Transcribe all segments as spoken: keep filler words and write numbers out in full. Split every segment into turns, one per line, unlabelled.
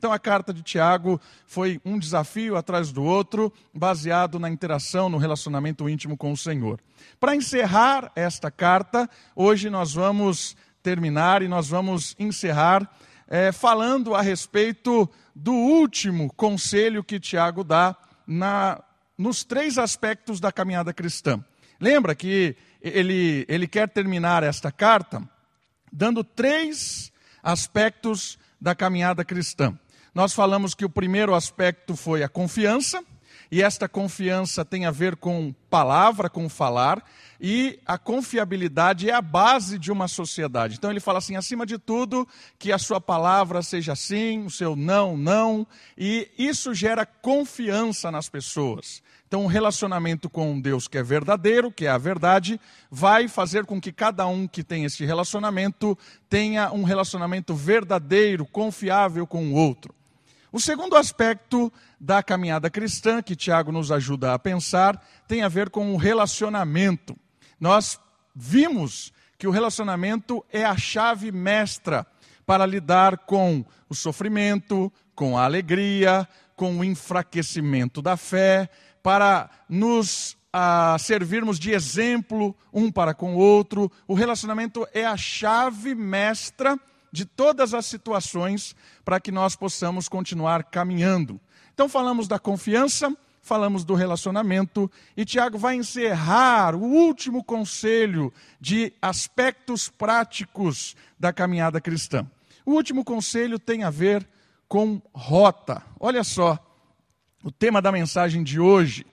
Então a carta de Tiago foi um desafio atrás do outro, baseado na interação, no relacionamento íntimo com o Senhor. Para encerrar esta carta, hoje nós vamos terminar e nós vamos encerrar é, falando a respeito do último conselho que Tiago dá na, nos três aspectos da caminhada cristã. Lembra que ele, ele quer terminar esta carta dando três aspectos da caminhada cristã. Nós falamos que o primeiro aspecto foi a confiança, e esta confiança tem a ver com palavra, com falar, e a confiabilidade é a base de uma sociedade. Então ele fala assim, acima de tudo, que a sua palavra seja sim, o seu não, não, e isso gera confiança nas pessoas. Então um relacionamento com um Deus que é verdadeiro, que é a verdade, vai fazer com que cada um que tem esse relacionamento tenha um relacionamento verdadeiro, confiável com o outro. O segundo aspecto da caminhada cristã, que Tiago nos ajuda a pensar, tem a ver com o relacionamento. Nós vimos que o relacionamento é a chave mestra para lidar com o sofrimento, com a alegria, com o enfraquecimento da fé, para nos ah, servirmos de exemplo um para com o outro. O relacionamento é a chave mestra de todas as situações para que nós possamos continuar caminhando. Então falamos da confiança, falamos do relacionamento, e Tiago vai encerrar o último conselho de aspectos práticos da caminhada cristã. O último conselho tem a ver com rota. Olha só, o tema da mensagem de hoje,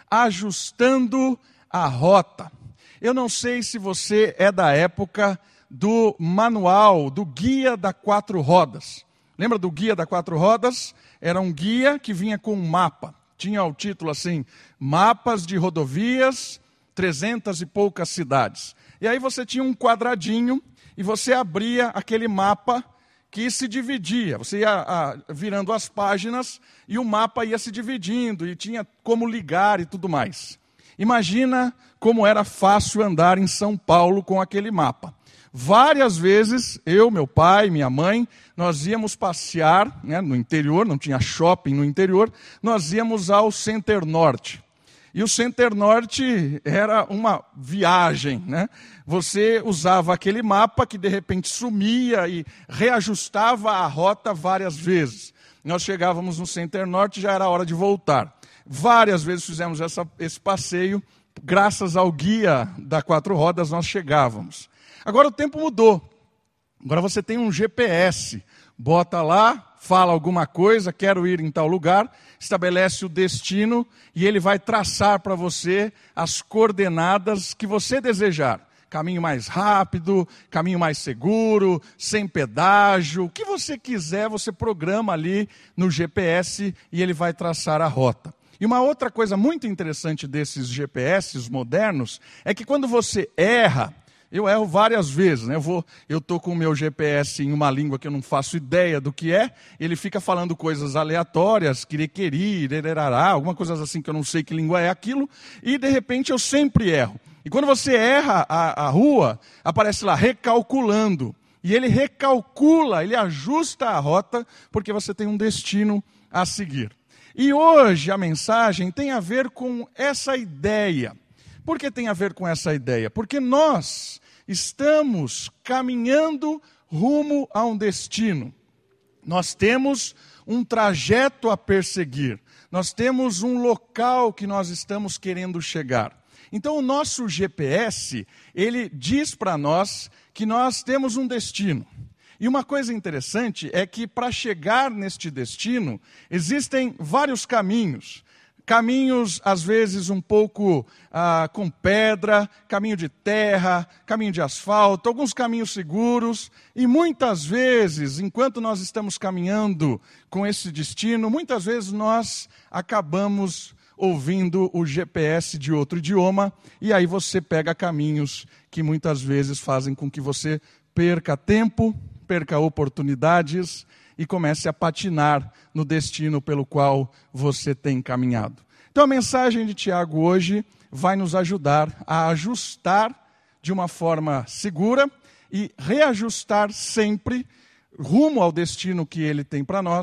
ajustando a rota. Eu não sei se você é da época do manual, do guia da quatro rodas. Lembra do guia da quatro rodas? Era um guia que vinha com um mapa. Tinha o título assim, Mapas de Rodovias, trezentas e poucas cidades. E aí você tinha um quadradinho e você abria aquele mapa que se dividia. Você ia a, virando as páginas e o mapa ia se dividindo e tinha como ligar e tudo mais. Imagina como era fácil andar em São Paulo com aquele mapa. Várias vezes, eu, meu pai, minha mãe, nós íamos passear, né, no interior, não tinha shopping no interior, nós íamos ao Center Norte. E o Center Norte era uma viagem, né? Você usava aquele mapa que de repente sumia e reajustava a rota várias vezes. Nós chegávamos no Center Norte e já era hora de voltar. Várias vezes fizemos essa, esse passeio, graças ao guia da quatro rodas nós chegávamos. Agora o tempo mudou. Agora você tem um G P S. Bota lá, fala alguma coisa, quero ir em tal lugar, estabelece o destino e ele vai traçar para você as coordenadas que você desejar. Caminho mais rápido, caminho mais seguro, sem pedágio. O que você quiser, você programa ali no G P S e ele vai traçar a rota. E uma outra coisa muito interessante desses G P S modernos é que quando você erra, eu erro várias vezes, né? Eu vou, eu estou com o meu G P S em uma língua que eu não faço ideia do que é, ele fica falando coisas aleatórias, querequeri, rererará, alguma coisa assim que eu não sei que língua é aquilo, e de repente eu sempre erro. E quando você erra a, a rua, aparece lá, recalculando. E ele recalcula, ele ajusta a rota, porque você tem um destino a seguir. E hoje a mensagem tem a ver com essa ideia. Por que tem a ver com essa ideia? Porque nós estamos caminhando rumo a um destino. Nós temos um trajeto a perseguir. Nós temos um local que nós estamos querendo chegar. Então o nosso G P S, ele diz para nós que nós temos um destino. E uma coisa interessante é que para chegar neste destino, existem vários caminhos. Caminhos, às vezes, um pouco ah, com pedra, caminho de terra, caminho de asfalto, alguns caminhos seguros. E muitas vezes, enquanto nós estamos caminhando com esse destino, muitas vezes nós acabamos ouvindo o G P S de outro idioma, e aí você pega caminhos que muitas vezes fazem com que você perca tempo, perca oportunidades e comece a patinar no destino pelo qual você tem caminhado. Então a mensagem de Tiago hoje vai nos ajudar a ajustar de uma forma segura e reajustar sempre rumo ao destino que ele tem para nós,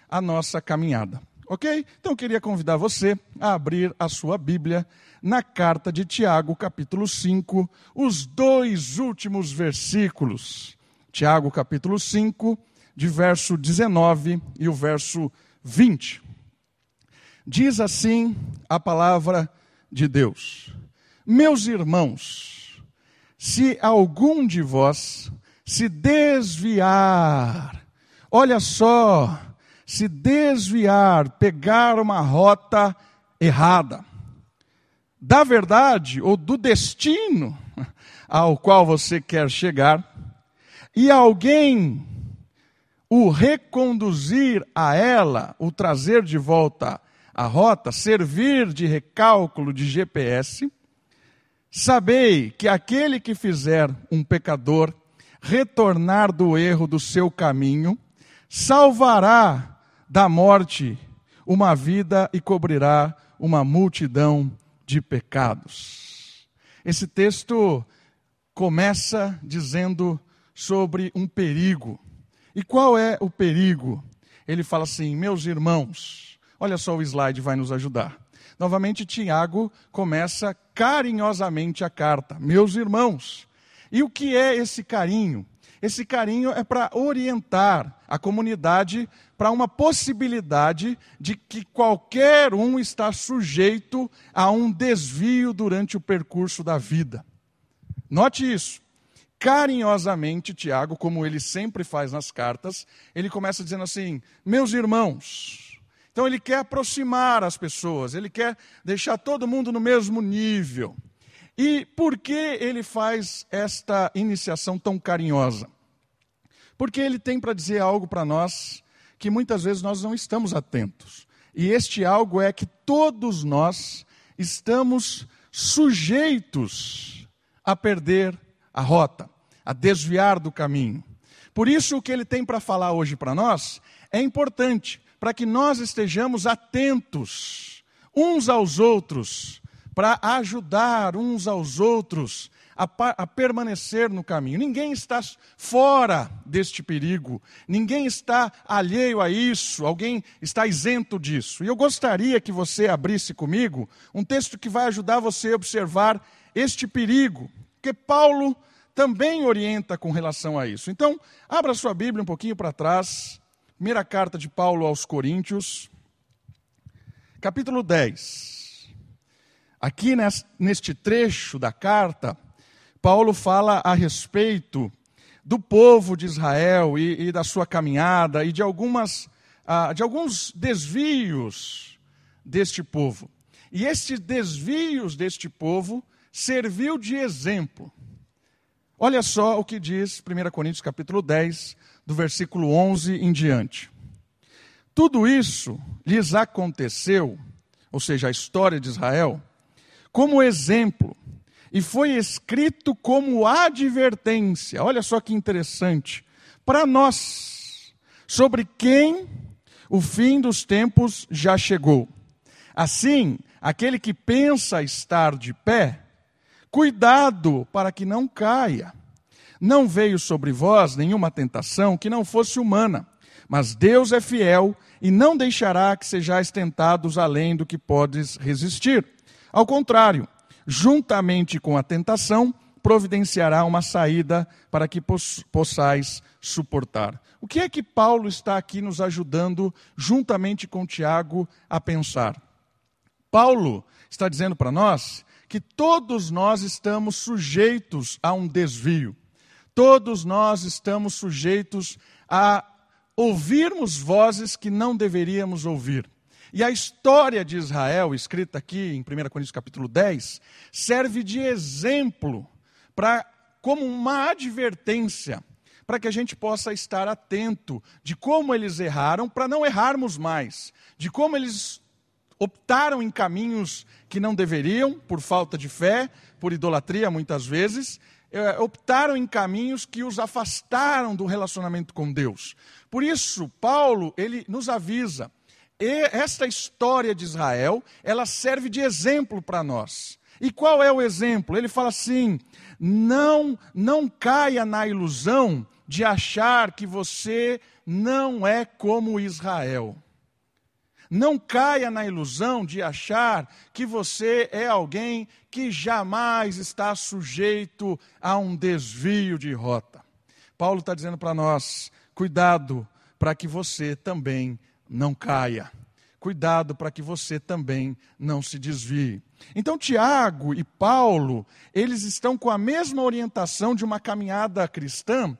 a nossa caminhada. Ok? Então eu queria convidar você a abrir a sua Bíblia na carta de Tiago, capítulo cinco, os dois últimos versículos. Tiago, capítulo cinco, de verso dezenove e o verso vinte. Diz assim a palavra de Deus: Meus irmãos, se algum de vós se desviar, olha só, se desviar, pegar uma rota errada, da verdade ou do destino ao qual você quer chegar, e alguém o reconduzir a ela, o trazer de volta a rota, servir de recálculo de G P S, sabei que aquele que fizer um pecador retornar do erro do seu caminho, salvará da morte uma vida e cobrirá uma multidão de pecados. Esse texto começa dizendo sobre um perigo. E qual é o perigo? Ele fala assim: meus irmãos. Olha só, o slide vai nos ajudar. Novamente, Tiago começa carinhosamente a carta. Meus irmãos. E o que é esse carinho? Esse carinho é para orientar a comunidade para uma possibilidade de que qualquer um está sujeito a um desvio durante o percurso da vida. Note isso. Carinhosamente, Tiago, como ele sempre faz nas cartas, ele começa dizendo assim: meus irmãos. Então ele quer aproximar as pessoas, ele quer deixar todo mundo no mesmo nível. E por que ele faz esta iniciação tão carinhosa? Porque ele tem para dizer algo para nós que muitas vezes nós não estamos atentos. E este algo é que todos nós estamos sujeitos a perder a rota, a desviar do caminho. Por isso o que ele tem para falar hoje para nós é importante, para que nós estejamos atentos uns aos outros, para ajudar uns aos outros a, a permanecer no caminho. Ninguém está fora deste perigo, ninguém está alheio a isso, alguém está isento disso. E eu gostaria que você abrisse comigo um texto que vai ajudar você a observar este perigo, porque Paulo também orienta com relação a isso. Então, abra sua Bíblia um pouquinho para trás. Primeira carta de Paulo aos Coríntios, capítulo dez. Aqui neste trecho da carta, Paulo fala a respeito do povo de Israel e, e da sua caminhada e de, algumas, uh, de alguns desvios deste povo. E estes desvios deste povo serviu de exemplo. Olha só o que diz primeira Coríntios capítulo dez, do versículo onze em diante. Tudo isso lhes aconteceu, ou seja, a história de Israel, como exemplo, e foi escrito como advertência, olha só que interessante, para nós, sobre quem o fim dos tempos já chegou. Assim, aquele que pensa estar de pé, cuidado para que não caia. Não veio sobre vós nenhuma tentação que não fosse humana, mas Deus é fiel e não deixará que sejais tentados além do que podes resistir. Ao contrário, juntamente com a tentação, providenciará uma saída para que possais suportar. O que é que Paulo está aqui nos ajudando, juntamente com Tiago, a pensar? Paulo está dizendo para nós que todos nós estamos sujeitos a um desvio. Todos nós estamos sujeitos a ouvirmos vozes que não deveríamos ouvir. E a história de Israel, escrita aqui em primeira Coríntios capítulo dez, serve de exemplo, pra, como uma advertência, para que a gente possa estar atento de como eles erraram, para não errarmos mais, de como eles optaram em caminhos que não deveriam, por falta de fé, por idolatria muitas vezes, é, optaram em caminhos que os afastaram do relacionamento com Deus. Por isso, Paulo, ele nos avisa, e esta história de Israel, ela serve de exemplo para nós. E qual é o exemplo? Ele fala assim, não, não caia na ilusão de achar que você não é como Israel. Não caia na ilusão de achar que você é alguém que jamais está sujeito a um desvio de rota. Paulo está dizendo para nós, cuidado para que você também não caia. Cuidado para que você também não se desvie. Então Tiago e Paulo, eles estão com a mesma orientação de uma caminhada cristã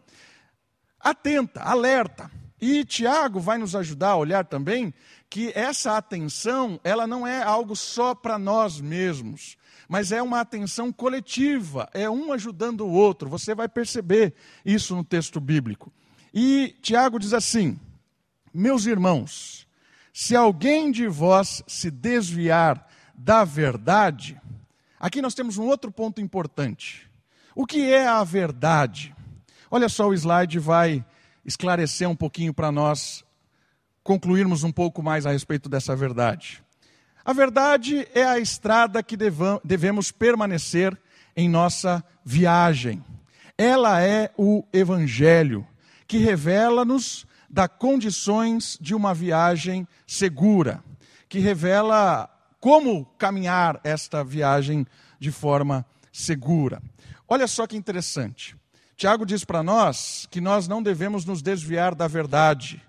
atenta, alerta. E Tiago vai nos ajudar a olhar também que essa atenção, ela não é algo só para nós mesmos, mas é uma atenção coletiva, é um ajudando o outro. Você vai perceber isso no texto bíblico. E Tiago diz assim: meus irmãos, se alguém de vós se desviar da verdade, aqui nós temos um outro ponto importante. O que é a verdade? Olha só, o slide vai esclarecer um pouquinho para nós concluirmos um pouco mais a respeito dessa verdade. A verdade é a estrada que devemos permanecer em nossa viagem. Ela é o Evangelho, que revela-nos das condições de uma viagem segura, que revela como caminhar esta viagem de forma segura. Olha só que interessante. Tiago diz para nós que nós não devemos nos desviar da verdade.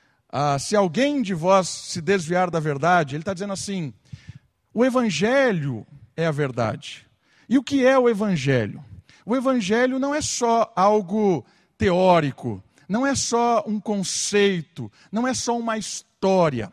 Ah, se alguém de vós se desviar da verdade, ele está dizendo assim, o Evangelho é a verdade. E o que é o Evangelho? O Evangelho não é só algo teórico, não é só um conceito, não é só uma história.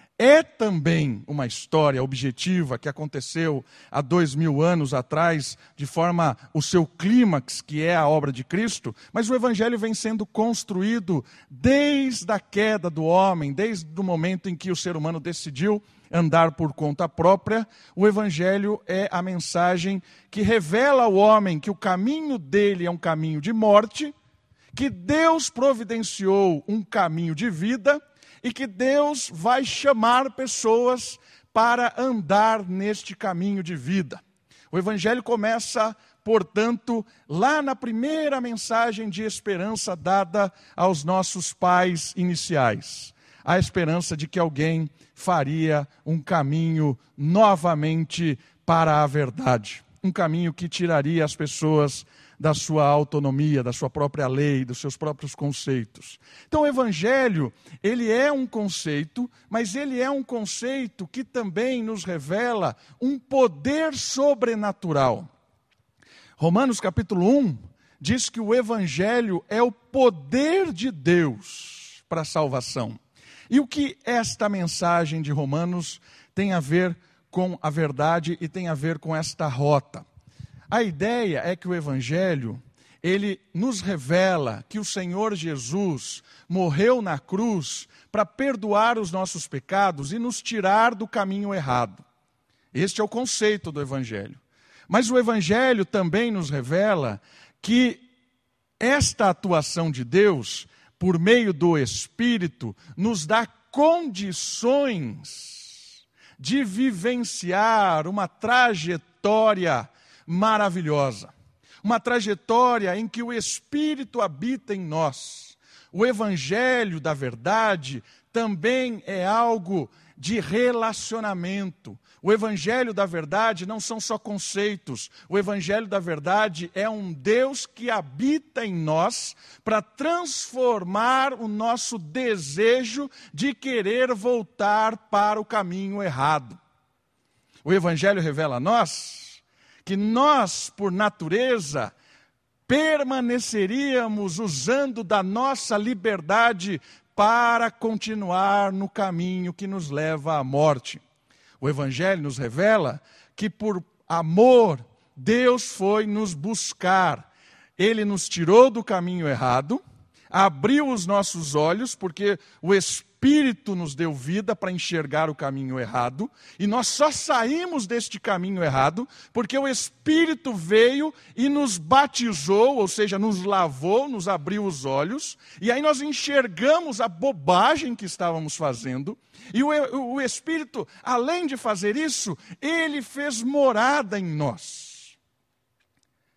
É também uma história objetiva que aconteceu há dois mil anos atrás, de forma o seu clímax, que é a obra de Cristo, mas o Evangelho vem sendo construído desde a queda do homem, desde o momento em que o ser humano decidiu andar por conta própria. O Evangelho é a mensagem que revela ao homem que o caminho dele é um caminho de morte, que Deus providenciou um caminho de vida, e que Deus vai chamar pessoas para andar neste caminho de vida. O Evangelho começa, portanto, lá na primeira mensagem de esperança dada aos nossos pais iniciais. A esperança de que alguém faria um caminho novamente para a verdade. Um caminho que tiraria as pessoas da sua autonomia, da sua própria lei, dos seus próprios conceitos. Então o Evangelho, ele é um conceito, mas ele é um conceito que também nos revela um poder sobrenatural. Romanos capítulo um diz que o Evangelho é o poder de Deus para a salvação. E o que esta mensagem de Romanos tem a ver com a verdade e tem a ver com esta rota? A ideia é que o Evangelho, ele nos revela que o Senhor Jesus morreu na cruz para perdoar os nossos pecados e nos tirar do caminho errado. Este é o conceito do Evangelho. Mas o Evangelho também nos revela que esta atuação de Deus, por meio do Espírito, nos dá condições de vivenciar uma trajetória maravilhosa. Uma trajetória em que o Espírito habita em nós. O Evangelho da verdade também é algo de relacionamento. O Evangelho da verdade não são só conceitos. O Evangelho da verdade é um Deus que habita em nós para transformar o nosso desejo de querer voltar para o caminho errado. O Evangelho revela a nós que nós, por natureza, permaneceríamos usando da nossa liberdade para continuar no caminho que nos leva à morte. O Evangelho nos revela que por amor, Deus foi nos buscar. Ele nos tirou do caminho errado, abriu os nossos olhos, porque o Espírito nos deu vida para enxergar o caminho errado, e nós só saímos deste caminho errado, porque o Espírito veio e nos batizou, ou seja, nos lavou, nos abriu os olhos, e aí nós enxergamos a bobagem que estávamos fazendo, e o, o Espírito, além de fazer isso, ele fez morada em nós.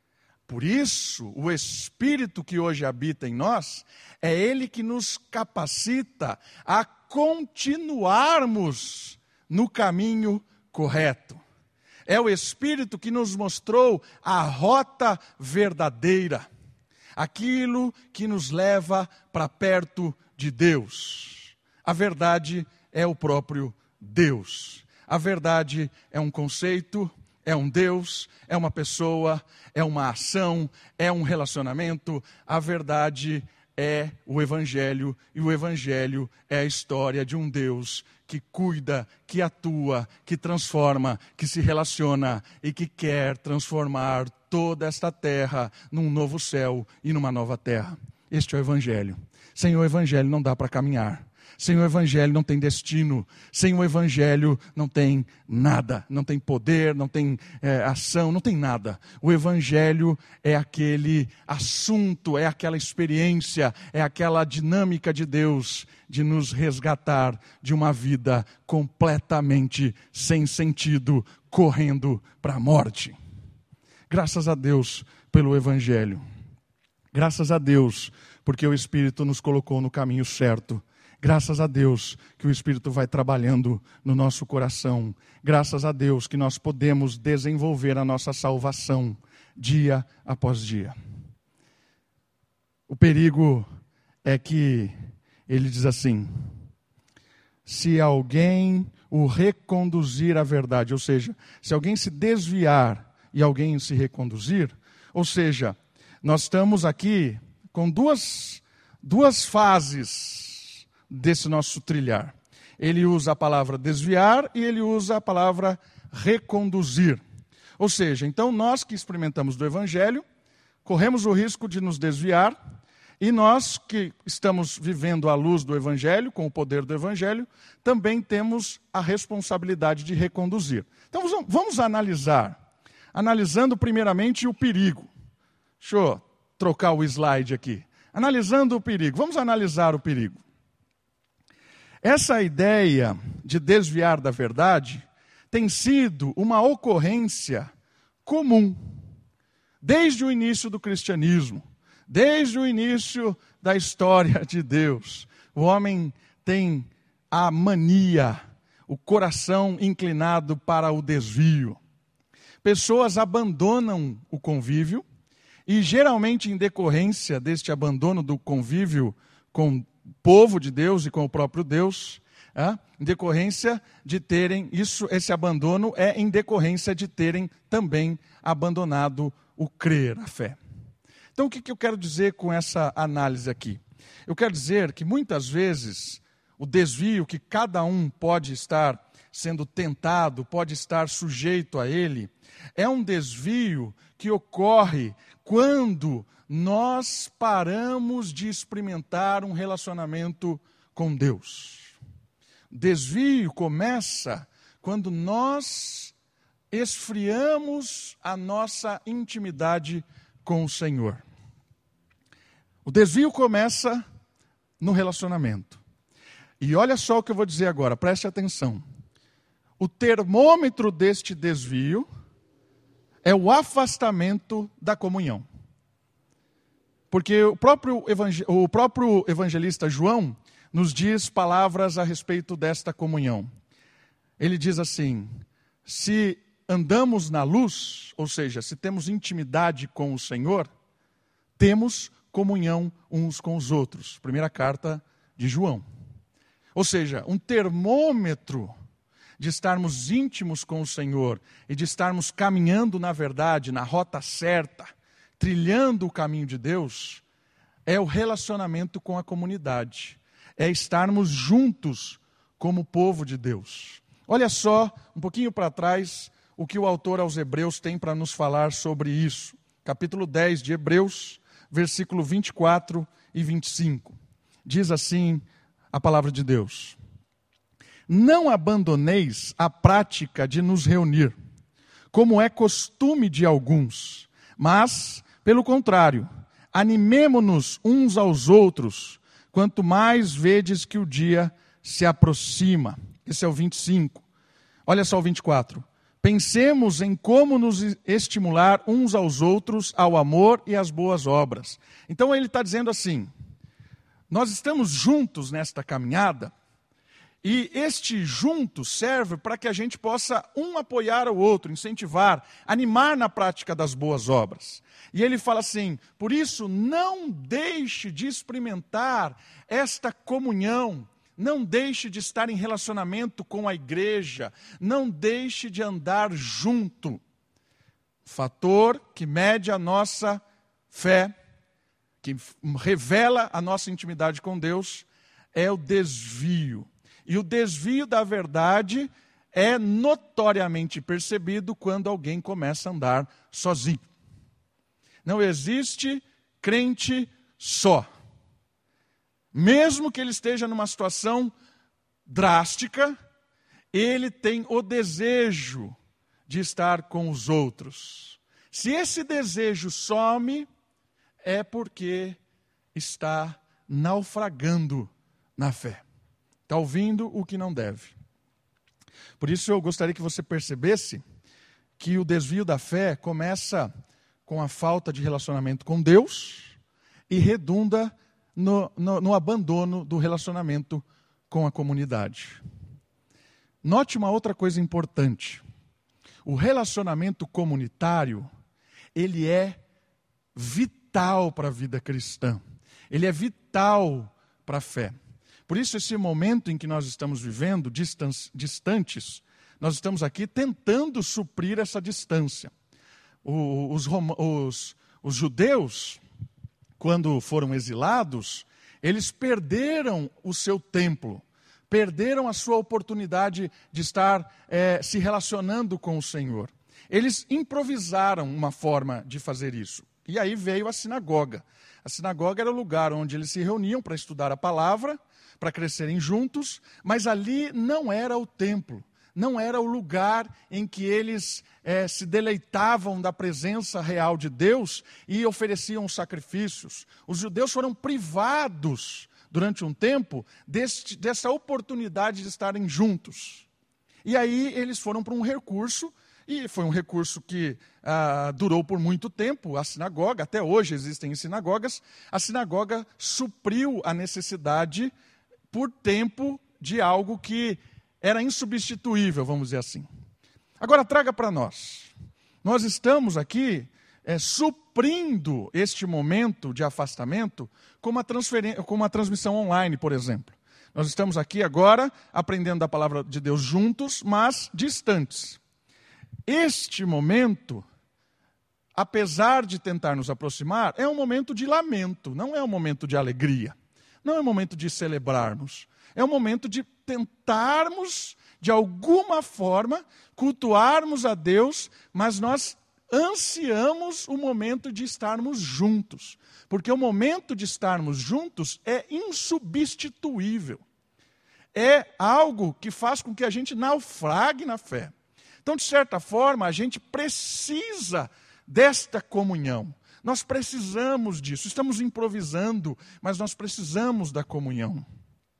Por isso, o Espírito que hoje habita em nós, é Ele que nos capacita a continuarmos no caminho correto. É o Espírito que nos mostrou a rota verdadeira, aquilo que nos leva para perto de Deus. A verdade é o próprio Deus. A verdade é um conceito, é um Deus, é uma pessoa, é uma ação, é um relacionamento. A verdade é o Evangelho, e o Evangelho é a história de um Deus que cuida, que atua, que transforma, que se relaciona e que quer transformar toda esta terra num novo céu e numa nova terra. Este é o Evangelho. Sem o Evangelho não dá para caminhar. Sem o Evangelho não tem destino. Sem o Evangelho não tem nada. Não tem poder, não tem é, ação, não tem nada. O Evangelho é aquele assunto, é aquela experiência, é aquela dinâmica de Deus de nos resgatar de uma vida completamente sem sentido, correndo para a morte. Graças a Deus pelo Evangelho. Graças a Deus porque o Espírito nos colocou no caminho certo. Graças a Deus que o Espírito vai trabalhando no nosso coração. Graças a Deus que nós podemos desenvolver a nossa salvação dia após dia. O perigo é que ele diz assim: se alguém o reconduzir à verdade, ou seja, se alguém se desviar e alguém se reconduzir, ou seja, nós estamos aqui com duas, duas fases desse nosso trilhar. Ele usa a palavra desviar e ele usa a palavra reconduzir. Ou seja, então nós que experimentamos do Evangelho, corremos o risco de nos desviar, e nós que estamos vivendo à luz do Evangelho, com o poder do Evangelho, também temos a responsabilidade de reconduzir. Então vamos analisar, analisando primeiramente o perigo. Deixa eu trocar o slide aqui. Analisando o perigo, vamos analisar o perigo. Essa ideia de desviar da verdade tem sido uma ocorrência comum desde o início do cristianismo, desde o início da história de Deus. O homem tem a mania, o coração inclinado para o desvio. Pessoas abandonam o convívio e geralmente em decorrência deste abandono do convívio com o povo de Deus e com o próprio Deus, é, em decorrência de terem, isso, esse abandono é em decorrência de terem também abandonado o crer, a fé. Então o que, que eu quero dizer com essa análise aqui? Eu quero dizer que muitas vezes o desvio que cada um pode estar sendo tentado, pode estar sujeito a ele, é um desvio que ocorre quando nós paramos de experimentar um relacionamento com Deus. Desvio começa quando nós esfriamos a nossa intimidade com o Senhor. O desvio começa no relacionamento. E olha só o que eu vou dizer agora, preste atenção. O termômetro deste desvio é o afastamento da comunhão. Porque o próprio, evangel... o próprio evangelista João nos diz palavras a respeito desta comunhão. Ele diz assim: se andamos na luz, ou seja, se temos intimidade com o Senhor, temos comunhão uns com os outros. Primeira carta de João. Ou seja, um termômetro de estarmos íntimos com o Senhor e de estarmos caminhando na verdade, na rota certa, trilhando o caminho de Deus, é o relacionamento com a comunidade. É estarmos juntos como povo de Deus. Olha só, um pouquinho para trás, o que o autor aos Hebreus tem para nos falar sobre isso. Capítulo dez de Hebreus, versículo vinte e quatro e vinte e cinco. Diz assim a palavra de Deus: não abandoneis a prática de nos reunir, como é costume de alguns, mas, pelo contrário, animemo-nos uns aos outros, quanto mais vedes que o dia se aproxima. Esse é o vinte e cinco. Olha só o vinte e quatro. Pensemos em como nos estimular uns aos outros ao amor e às boas obras. Então ele está dizendo assim, nós estamos juntos nesta caminhada, e este junto serve para que a gente possa um apoiar o outro, incentivar, animar na prática das boas obras. E ele fala assim, por isso não deixe de experimentar esta comunhão, não deixe de estar em relacionamento com a igreja, não deixe de andar junto. Fator que mede a nossa fé, que revela a nossa intimidade com Deus, é o desvio. E o desvio da verdade é notoriamente percebido quando alguém começa a andar sozinho. Não existe crente só. Mesmo que ele esteja numa situação drástica, ele tem o desejo de estar com os outros. Se esse desejo some, é porque está naufragando na fé. Está ouvindo o que não deve. Por isso eu gostaria que você percebesse que o desvio da fé começa com a falta de relacionamento com Deus e redunda no, no, no abandono do relacionamento com a comunidade. Note uma outra coisa importante. O relacionamento comunitário, ele é vital para a vida cristã. Ele é vital para a fé. Por isso, esse momento em que nós estamos vivendo, distantes, nós estamos aqui tentando suprir essa distância. Os, os, os judeus, quando foram exilados, eles perderam o seu templo, perderam a sua oportunidade de estar é, se relacionando com o Senhor. Eles improvisaram uma forma de fazer isso. E aí veio a sinagoga. A sinagoga era o lugar onde eles se reuniam para estudar a palavra, para crescerem juntos, mas ali não era o templo, não era o lugar em que eles é, se deleitavam da presença real de Deus e ofereciam sacrifícios. Os judeus foram privados, durante um tempo, deste, dessa oportunidade de estarem juntos. E aí eles foram para um recurso, e foi um recurso que ah, durou por muito tempo, a sinagoga, até hoje existem sinagogas, a sinagoga supriu a necessidade por tempo de algo que era insubstituível, vamos dizer assim. Agora traga para nós. Nós estamos aqui é, suprindo este momento de afastamento com uma, com uma transmissão online, por exemplo. Nós estamos aqui agora aprendendo a palavra de Deus juntos, mas distantes. Este momento, apesar de tentar nos aproximar, é um momento de lamento, não é um momento de alegria. Não é um momento de celebrarmos, é um momento de tentarmos, de alguma forma, cultuarmos a Deus, mas nós ansiamos o momento de estarmos juntos, porque o momento de estarmos juntos é insubstituível. É algo que faz com que a gente naufrague na fé. Então, de certa forma, a gente precisa desta comunhão. Nós precisamos disso, estamos improvisando, mas nós precisamos da comunhão.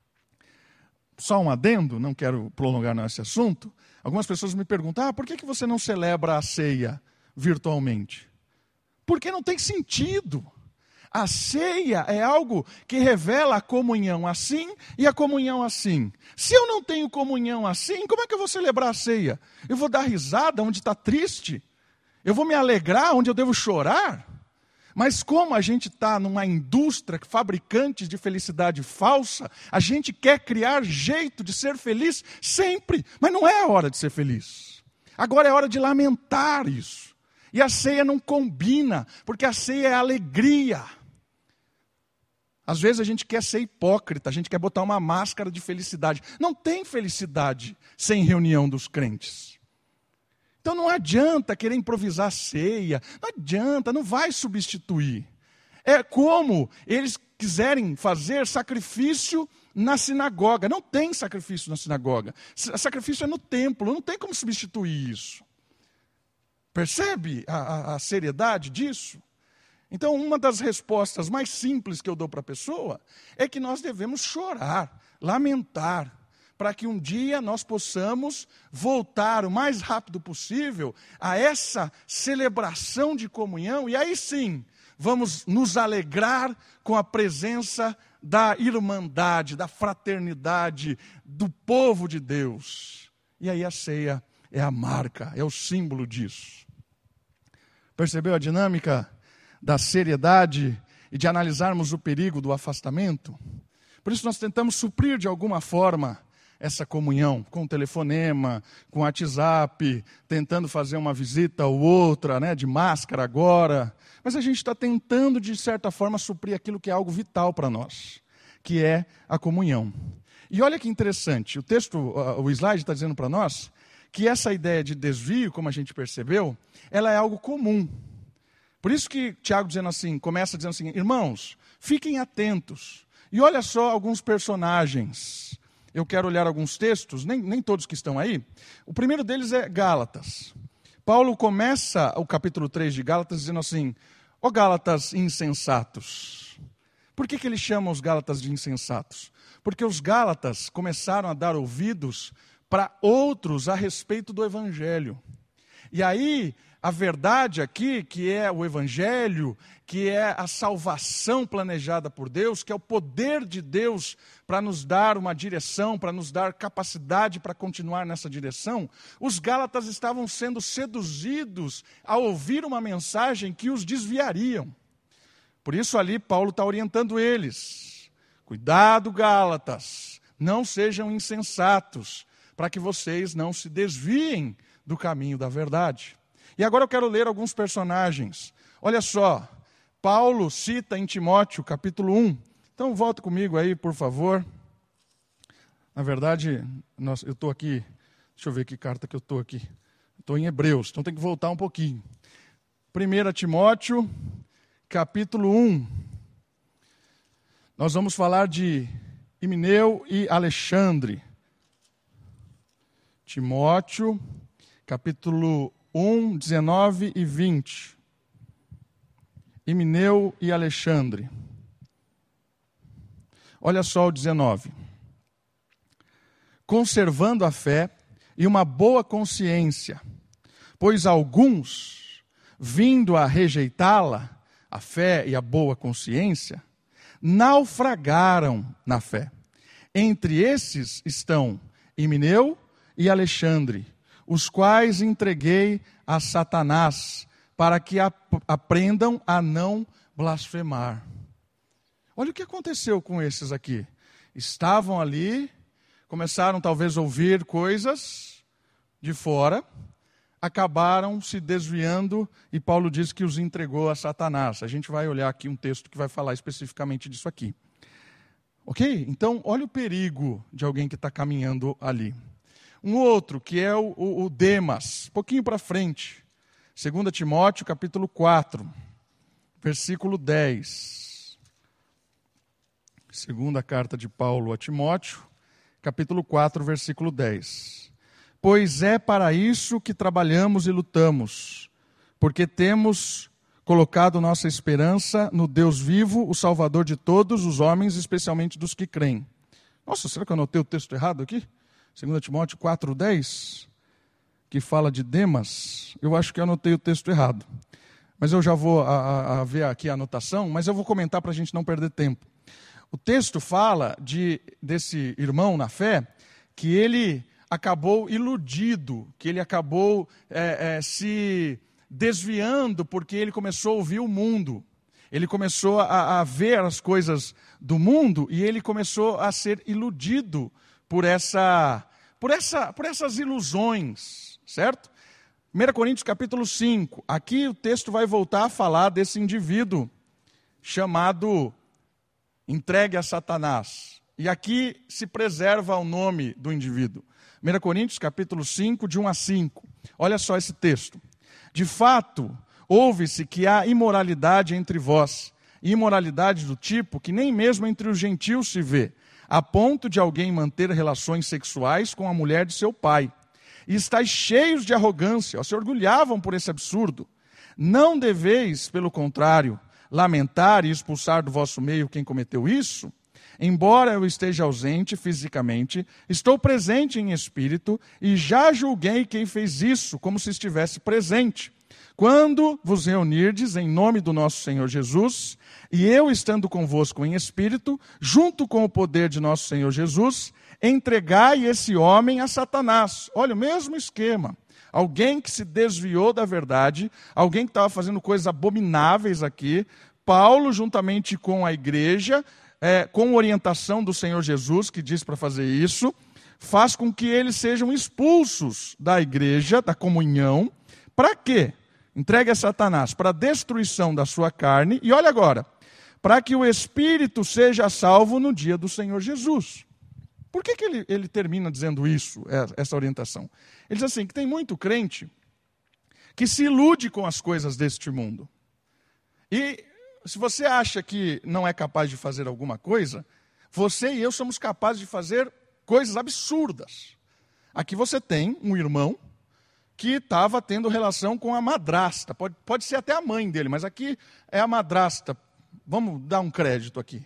Só um adendo, não quero prolongar nesse assunto. Algumas pessoas me perguntam, ah, por que você não celebra a ceia virtualmente? Porque não tem sentido. A ceia é algo que revela a comunhão assim e a comunhão assim. Se eu não tenho comunhão assim, como é que eu vou celebrar a ceia? Eu vou dar risada onde está triste? Eu vou me alegrar onde eu devo chorar? Mas como a gente está numa indústria fabricante de felicidade falsa, a gente quer criar jeito de ser feliz sempre, mas não é a hora de ser feliz. Agora é hora de lamentar isso. E a ceia não combina, porque a ceia é alegria. Às vezes a gente quer ser hipócrita, a gente quer botar uma máscara de felicidade. Não tem felicidade sem reunião dos crentes. Então não adianta querer improvisar ceia, não adianta, não vai substituir. É como eles quiserem fazer sacrifício na sinagoga. Não tem sacrifício na sinagoga. Sacrifício é no templo, não tem como substituir isso. Percebe a, a, a seriedade disso? Então, uma das respostas mais simples que eu dou para a pessoa é que nós devemos chorar, lamentar, para que um dia nós possamos voltar o mais rápido possível a essa celebração de comunhão, e aí sim, vamos nos alegrar com a presença da irmandade, da fraternidade, do povo de Deus. E aí a ceia é a marca, é o símbolo disso. Percebeu a dinâmica da seriedade e de analisarmos o perigo do afastamento? Por isso nós tentamos suprir de alguma forma essa comunhão, com telefonema, com WhatsApp, tentando fazer uma visita ou outra, né, de máscara agora. Mas a gente está tentando, de certa forma, suprir aquilo que é algo vital para nós, que é a comunhão. E olha que interessante, o texto, o slide está dizendo para nós que essa ideia de desvio, como a gente percebeu, ela é algo comum. Por isso que Tiago dizendo assim, começa dizendo assim, irmãos, fiquem atentos. E olha só alguns personagens. Eu quero olhar alguns textos, nem, nem todos que estão aí. O primeiro deles é Gálatas. Paulo começa o capítulo três de Gálatas dizendo assim, ó Gálatas insensatos. Por que que ele chama os Gálatas de insensatos? Porque os Gálatas começaram a dar ouvidos para outros a respeito do Evangelho. E aí, a verdade aqui, que é o Evangelho, que é a salvação planejada por Deus, que é o poder de Deus para nos dar uma direção, para nos dar capacidade para continuar nessa direção, os Gálatas estavam sendo seduzidos a ouvir uma mensagem que os desviariam. Por isso ali Paulo está orientando eles. Cuidado, Gálatas, não sejam insensatos, para que vocês não se desviem do caminho da verdade. E agora eu quero ler alguns personagens. Olha só, Paulo cita em Timóteo, capítulo um. Então volta comigo aí, por favor. Na verdade, nós, eu estou aqui, deixa eu ver que carta que eu estou aqui. Estou em Hebreus, então tem que voltar um pouquinho. primeiro Timóteo, capítulo um. Nós vamos falar de Himeneu e Alexandre. Timóteo, capítulo um, dezenove e vinte. Himeneu e Alexandre. Olha só o dezenove. Conservando a fé e uma boa consciência, pois alguns, vindo a rejeitá-la, a fé e a boa consciência, naufragaram na fé. Entre esses estão Himeneu e Alexandre, os quais entreguei a Satanás, para que ap- aprendam a não blasfemar. Olha o que aconteceu com esses aqui. Estavam ali, começaram talvez a ouvir coisas de fora, acabaram se desviando e Paulo diz que os entregou a Satanás. A gente vai olhar aqui um texto que vai falar especificamente disso aqui. Ok? Então, olha o perigo de alguém que está caminhando ali. Um outro, que é o, o, o Demas, um pouquinho para frente. dois Timóteo, capítulo quatro, versículo dez. Segunda carta de Paulo a Timóteo, capítulo quatro, versículo dez. Pois é para isso que trabalhamos e lutamos, porque temos colocado nossa esperança no Deus vivo, o Salvador de todos os homens, especialmente dos que creem. Nossa, será que eu anotei o texto errado aqui? dois Timóteo quatro, dez, que fala de Demas, eu acho que eu anotei o texto errado. Mas eu já vou a, a, a ver aqui a anotação, mas eu vou comentar para a gente não perder tempo. O texto fala de, desse irmão na fé, que ele acabou iludido, que ele acabou é, é, se desviando, porque ele começou a ouvir o mundo. Ele começou a, a ver as coisas do mundo e ele começou a ser iludido por, essa, por, essa, por essas ilusões, certo? primeira Coríntios capítulo cinco, aqui o texto vai voltar a falar desse indivíduo chamado entregue a Satanás. E aqui se preserva o nome do indivíduo. primeira Coríntios capítulo cinco, de um a cinco. Olha só esse texto. De fato, ouve-se que há imoralidade entre vós, imoralidade do tipo que nem mesmo entre os gentios se vê, a ponto de alguém manter relações sexuais com a mulher de seu pai. E estáis cheios de arrogância, se orgulhavam por esse absurdo. Não deveis, pelo contrário, lamentar e expulsar do vosso meio quem cometeu isso? Embora eu esteja ausente fisicamente, estou presente em espírito e já julguei quem fez isso, como se estivesse presente. Quando vos reunirdes em nome do nosso Senhor Jesus, e eu estando convosco em espírito, junto com o poder de nosso Senhor Jesus, entregai esse homem a Satanás. Olha, o mesmo esquema. Alguém que se desviou da verdade, alguém que estava fazendo coisas abomináveis aqui. Paulo, juntamente com a igreja, é, com orientação do Senhor Jesus, que diz para fazer isso, faz com que eles sejam expulsos da igreja, da comunhão. Para quê? Entregue a Satanás para a destruição da sua carne. E olha agora, para que o espírito seja salvo no dia do Senhor Jesus. Por que, que ele, ele termina dizendo isso, essa orientação? Ele diz assim, que tem muito crente que se ilude com as coisas deste mundo. E se você acha que não é capaz de fazer alguma coisa, você e eu somos capazes de fazer coisas absurdas. Aqui você tem um irmão que estava tendo relação com a madrasta. Pode, pode ser até a mãe dele, mas aqui é a madrasta. Vamos dar um crédito aqui.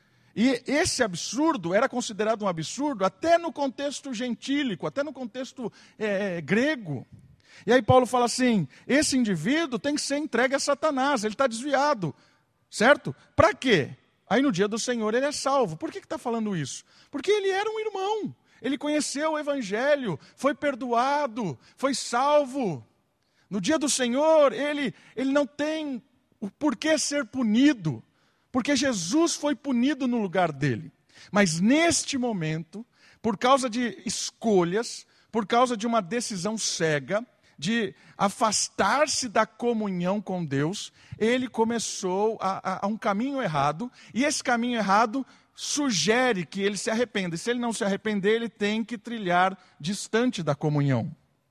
E esse absurdo era considerado um absurdo até no contexto gentílico, até no contexto é, grego. E aí Paulo fala assim, esse indivíduo tem que ser entregue a Satanás, ele está desviado, certo? Para quê? Aí no dia do Senhor ele é salvo. Por que está falando isso? Porque ele era um irmão, ele conheceu o Evangelho, foi perdoado, foi salvo. No dia do Senhor ele, ele não tem o porquê ser punido. Porque Jesus foi punido no lugar dele. Mas neste momento, por causa de escolhas, por causa de uma decisão cega, de afastar-se da comunhão com Deus, ele começou a, a, a um caminho errado, e esse caminho errado sugere que ele se arrependa. E se ele não se arrepender, ele tem que trilhar distante da comunhão.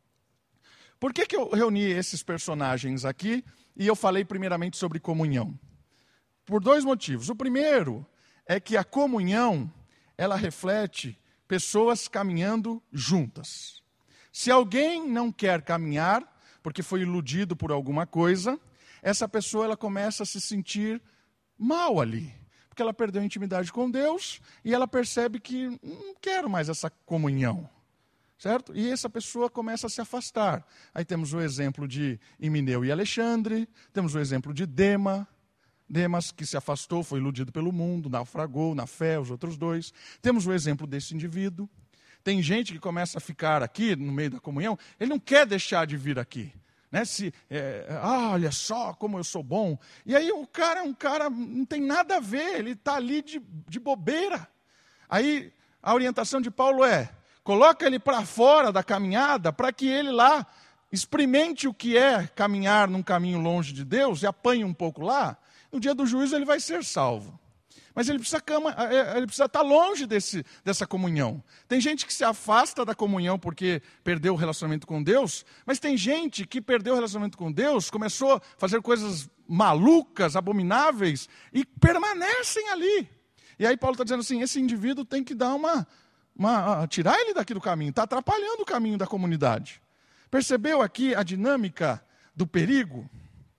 Por que, que eu reuni esses personagens aqui e eu falei primeiramente sobre comunhão? Por dois motivos. O primeiro é que a comunhão, ela reflete pessoas caminhando juntas. Se alguém não quer caminhar, porque foi iludido por alguma coisa, essa pessoa ela começa a se sentir mal ali. Porque ela perdeu a intimidade com Deus e ela percebe que não quero mais essa comunhão. Certo? E essa pessoa começa a se afastar. Aí temos o exemplo de Himeneu e Alexandre, temos o exemplo de Dema, Demas, que se afastou, foi iludido pelo mundo, naufragou na fé, os outros dois. Temos o exemplo desse indivíduo. Tem gente que começa a ficar aqui, no meio da comunhão, ele não quer deixar de vir aqui. Né? Se, é, ah, olha só como eu sou bom. E aí o cara é um cara, não tem nada a ver, ele está ali de, de bobeira. Aí a orientação de Paulo é, coloca ele para fora da caminhada, para que ele lá experimente o que é caminhar num caminho longe de Deus, e apanhe um pouco lá. No dia do juízo ele vai ser salvo. Mas ele precisa, cama, ele precisa estar longe desse, dessa comunhão. Tem gente que se afasta da comunhão porque perdeu o relacionamento com Deus, mas tem gente que perdeu o relacionamento com Deus, começou a fazer coisas malucas, abomináveis, e permanecem ali. E aí Paulo está dizendo assim, esse indivíduo tem que dar uma, uma tirar ele daqui do caminho, está atrapalhando o caminho da comunidade. Percebeu aqui a dinâmica do perigo?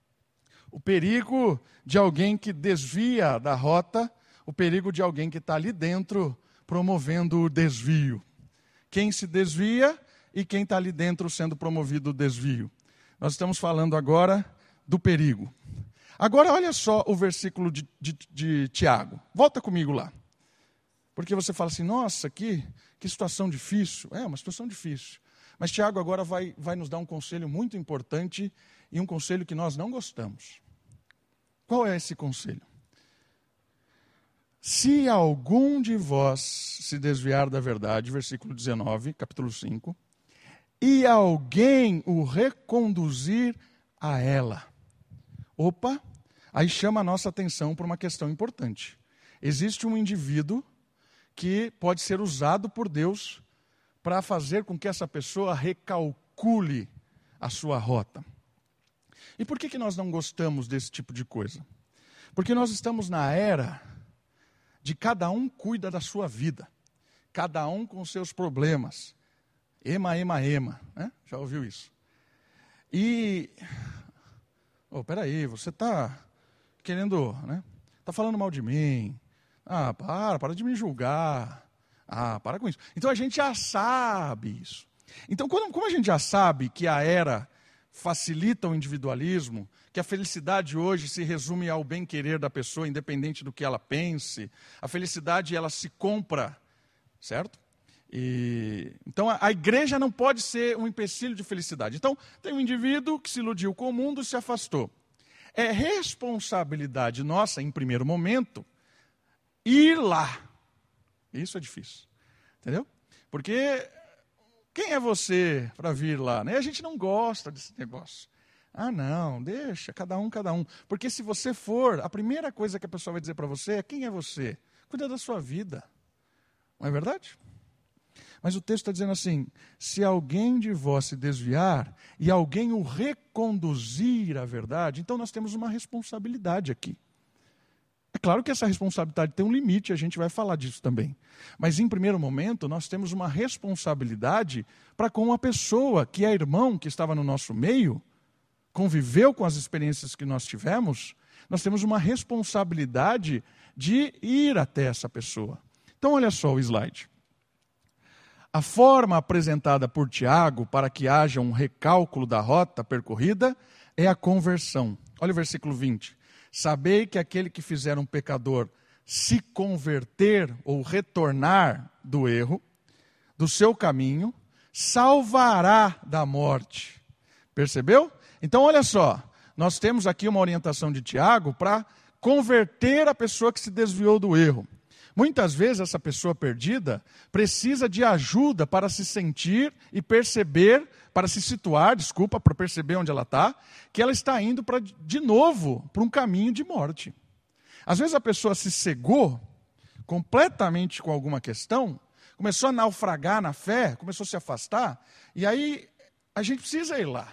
O perigo de alguém que desvia da rota, o perigo de alguém que está ali dentro promovendo o desvio. Quem se desvia e quem está ali dentro sendo promovido o desvio. Nós estamos falando agora do perigo. Agora olha só o versículo de, de, de Tiago. Volta comigo lá. Porque você fala assim, nossa, que, que situação difícil. É, uma situação difícil. Mas Tiago agora vai, vai nos dar um conselho muito importante e um conselho que nós não gostamos. Qual é esse conselho? Se algum de vós se desviar da verdade, versículo dezenove, capítulo cinco, e alguém o reconduzir a ela. Opa, aí chama a nossa atenção para uma questão importante. Existe um indivíduo que pode ser usado por Deus para fazer com que essa pessoa recalcule a sua rota. E por que, que nós não gostamos desse tipo de coisa? Porque nós estamos na era de cada um cuida da sua vida. Cada um com seus problemas. Ema, ema, ema. Né? Já ouviu isso? E... Oh, peraí, você está querendo... né? Está falando mal de mim. Ah, para, para de me julgar. Ah, para com isso. Então a gente já sabe isso. Então, quando, como a gente já sabe que a era facilita o individualismo, que a felicidade hoje se resume ao bem-querer da pessoa, independente do que ela pense, a felicidade ela se compra, certo? E, então a, a igreja não pode ser um empecilho de felicidade. Então, tem um indivíduo que se iludiu com o mundo e se afastou. É responsabilidade nossa, em primeiro momento, ir lá. Isso é difícil, entendeu? Porque quem é você para vir lá? Né? A gente não gosta desse negócio. Ah, não, deixa, cada um, cada um. Porque se você for, a primeira coisa que a pessoa vai dizer para você é quem é você? Cuida da sua vida. Não é verdade? Mas o texto está dizendo assim, se alguém de vós se desviar e alguém o reconduzir à verdade, então nós temos uma responsabilidade aqui. É claro que essa responsabilidade tem um limite, a gente vai falar disso também. Mas em primeiro momento, nós temos uma responsabilidade para com uma pessoa que é irmão, que estava no nosso meio, conviveu com as experiências que nós tivemos, nós temos uma responsabilidade de ir até essa pessoa. Então olha só o slide. A forma apresentada por Tiago para que haja um recálculo da rota percorrida é a conversão. Olha o versículo vinte. Sabei que aquele que fizer um pecador se converter ou retornar do erro, do seu caminho, salvará da morte. Percebeu? Então olha só, nós temos aqui uma orientação de Tiago para converter a pessoa que se desviou do erro. Muitas vezes essa pessoa perdida precisa de ajuda para se sentir e perceber, para se situar, desculpa, para perceber onde ela está, que ela está indo para, de novo para um caminho de morte. Às vezes a pessoa se cegou completamente com alguma questão, começou a naufragar na fé, começou a se afastar, e aí a gente precisa ir lá,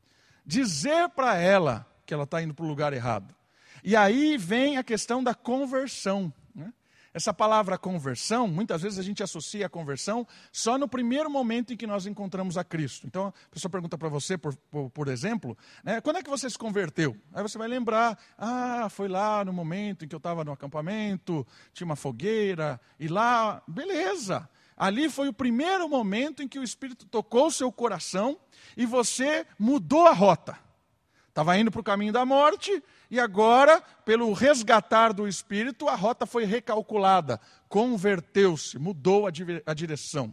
dizer para ela que ela está indo para o lugar errado. E aí vem a questão da conversão, né? Essa palavra conversão, muitas vezes a gente associa a conversão só no primeiro momento em que nós encontramos a Cristo. Então, a pessoa pergunta para você, por, por, por exemplo, né, quando é que você se converteu? Aí você vai lembrar, ah, foi lá no momento em que eu estava no acampamento, tinha uma fogueira, e lá, beleza. Ali foi o primeiro momento em que o Espírito tocou o seu coração e você mudou a rota. Estava indo para o caminho da morte e agora, pelo resgatar do Espírito, a rota foi recalculada, converteu-se, mudou a, a direção.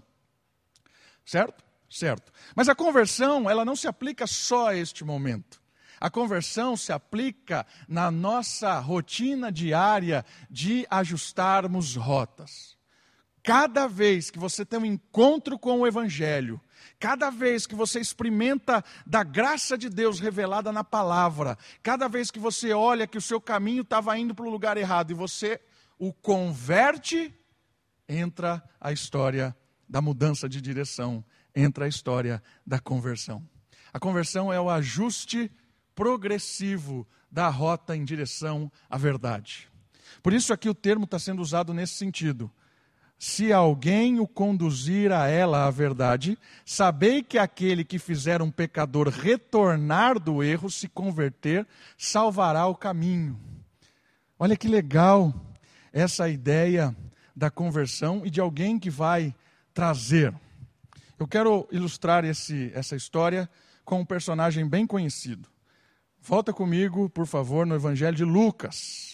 Certo? Certo. Mas a conversão, ela não se aplica só a este momento. A conversão se aplica na nossa rotina diária de ajustarmos rotas. Cada vez que você tem um encontro com o Evangelho, cada vez que você experimenta da graça de Deus revelada na palavra, cada vez que você olha que o seu caminho estava indo para o lugar errado e você o converte, entra a história da mudança de direção, entra a história da conversão. A conversão é o ajuste progressivo da rota em direção à verdade. Por isso aqui o termo está sendo usado nesse sentido. Se alguém o conduzir a ela a verdade, sabei que aquele que fizer um pecador retornar do erro, se converter, salvará o caminho. Olha que legal essa ideia da conversão e de alguém que vai trazer. Eu quero ilustrar esse, essa história com um personagem bem conhecido. Volta comigo, por favor, no Evangelho de Lucas.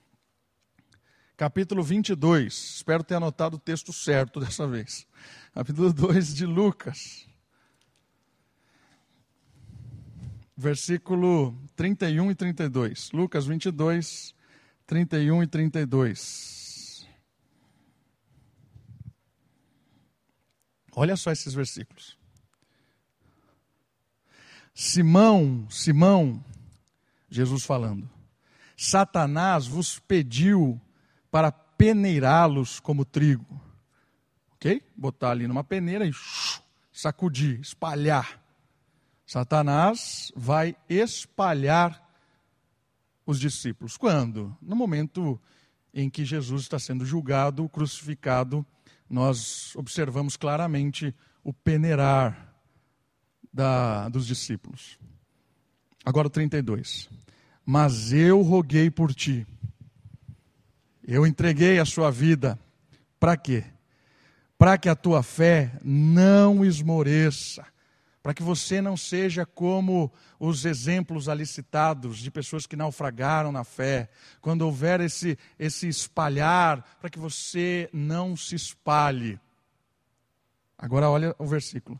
Capítulo vinte e dois, espero ter anotado o texto certo dessa vez. Capítulo dois de Lucas. Versículo trinta e um e trinta e dois. Lucas vinte e dois, trinta e um e trinta e dois. Olha só esses versículos. Simão, Simão, Jesus falando, Satanás vos pediu para peneirá-los como trigo. Ok? Botar ali numa peneira e sacudir, espalhar. Satanás vai espalhar os discípulos. Quando? No momento em que Jesus está sendo julgado, crucificado, nós observamos claramente o peneirar da, dos discípulos. Agora o trinta e dois. Mas eu roguei por ti, Eu entreguei a sua vida. Para quê? Para que a tua fé não esmoreça. Para que você não seja como os exemplos ali citados de pessoas que naufragaram na fé. Quando houver esse, esse espalhar, para que você não se espalhe. Agora olha o versículo.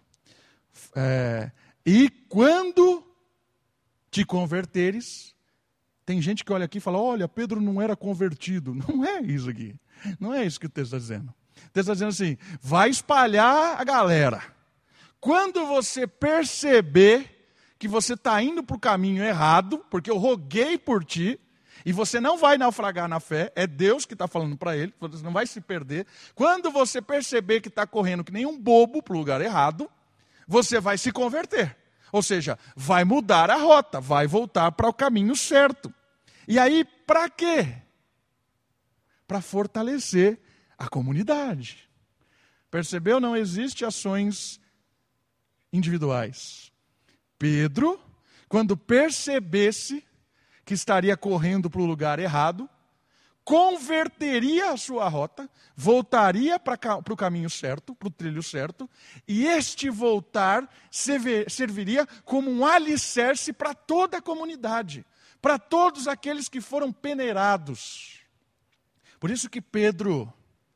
É, e quando te converteres, tem gente que olha aqui e fala, olha, Pedro não era convertido. Não é isso aqui. Não é isso que o texto está dizendo. O texto está dizendo assim, vai espalhar a galera. Quando você perceber que você está indo para o caminho errado, porque eu roguei por ti, e você não vai naufragar na fé, é Deus que está falando para ele, você não vai se perder. Quando você perceber que está correndo que nem um bobo para o lugar errado, você vai se converter. Ou seja, vai mudar a rota, vai voltar para o caminho certo. E aí, para quê? Para fortalecer a comunidade. Percebeu? Não existe ações individuais. Pedro, quando percebesse que estaria correndo para o lugar errado, converteria a sua rota, voltaria para o caminho certo, para o trilho certo, e este voltar serviria como um alicerce para toda a comunidade, para todos aqueles que foram peneirados. Por isso que Pedro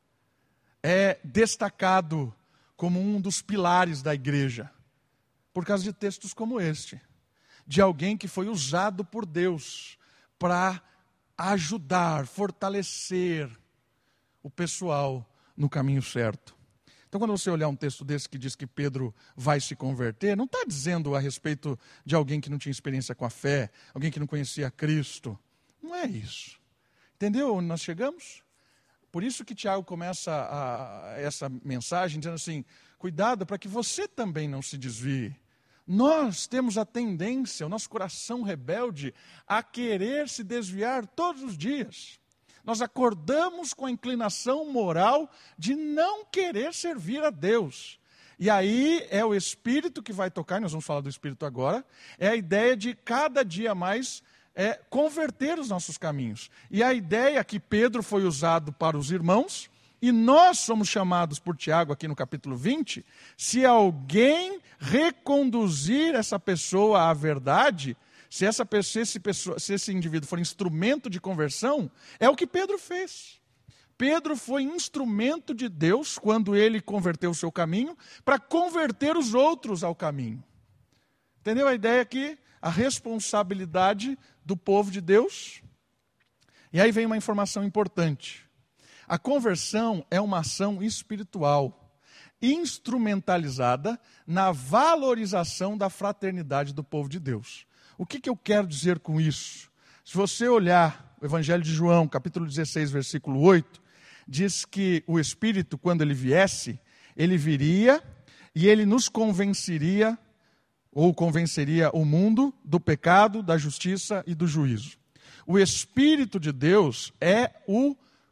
é destacado como um dos pilares da igreja, por causa de textos como este, de alguém que foi usado por Deus para ajudar, fortalecer o pessoal no caminho certo. Então, quando você olhar um texto desse que diz que Pedro vai se converter, não está dizendo a respeito de alguém que não tinha experiência com a fé, alguém que não conhecia Cristo. Não é isso. Entendeu onde nós chegamos? Por isso que Tiago começa a, essa mensagem dizendo assim, cuidado para que você também não se desvie. Nós temos a tendência, o nosso coração rebelde, a querer se desviar todos os dias. Nós acordamos com a inclinação moral de não querer servir a Deus. E aí é o Espírito que vai tocar, nós vamos falar do Espírito agora, é a ideia de cada dia mais é, converter os nossos caminhos. E a ideia que Pedro foi usado para os irmãos, e nós somos chamados por Tiago aqui no capítulo vinte, se alguém reconduzir essa pessoa à verdade, se, essa pessoa, se, esse pessoa, se esse indivíduo for instrumento de conversão, é o que Pedro fez. Pedro foi instrumento de Deus quando ele converteu o seu caminho, para converter os outros ao caminho. Entendeu a ideia aqui? A responsabilidade do povo de Deus. E aí vem uma informação importante. A conversão é uma ação espiritual, instrumentalizada na valorização da fraternidade do povo de Deus. O que, que eu quero dizer com isso? Se você olhar o Evangelho de João, capítulo dezesseis, versículo oito, diz que o Espírito, quando ele viesse, ele viria e ele nos convenceria, ou convenceria o mundo do pecado, da justiça e do juízo. O Espírito de Deus é o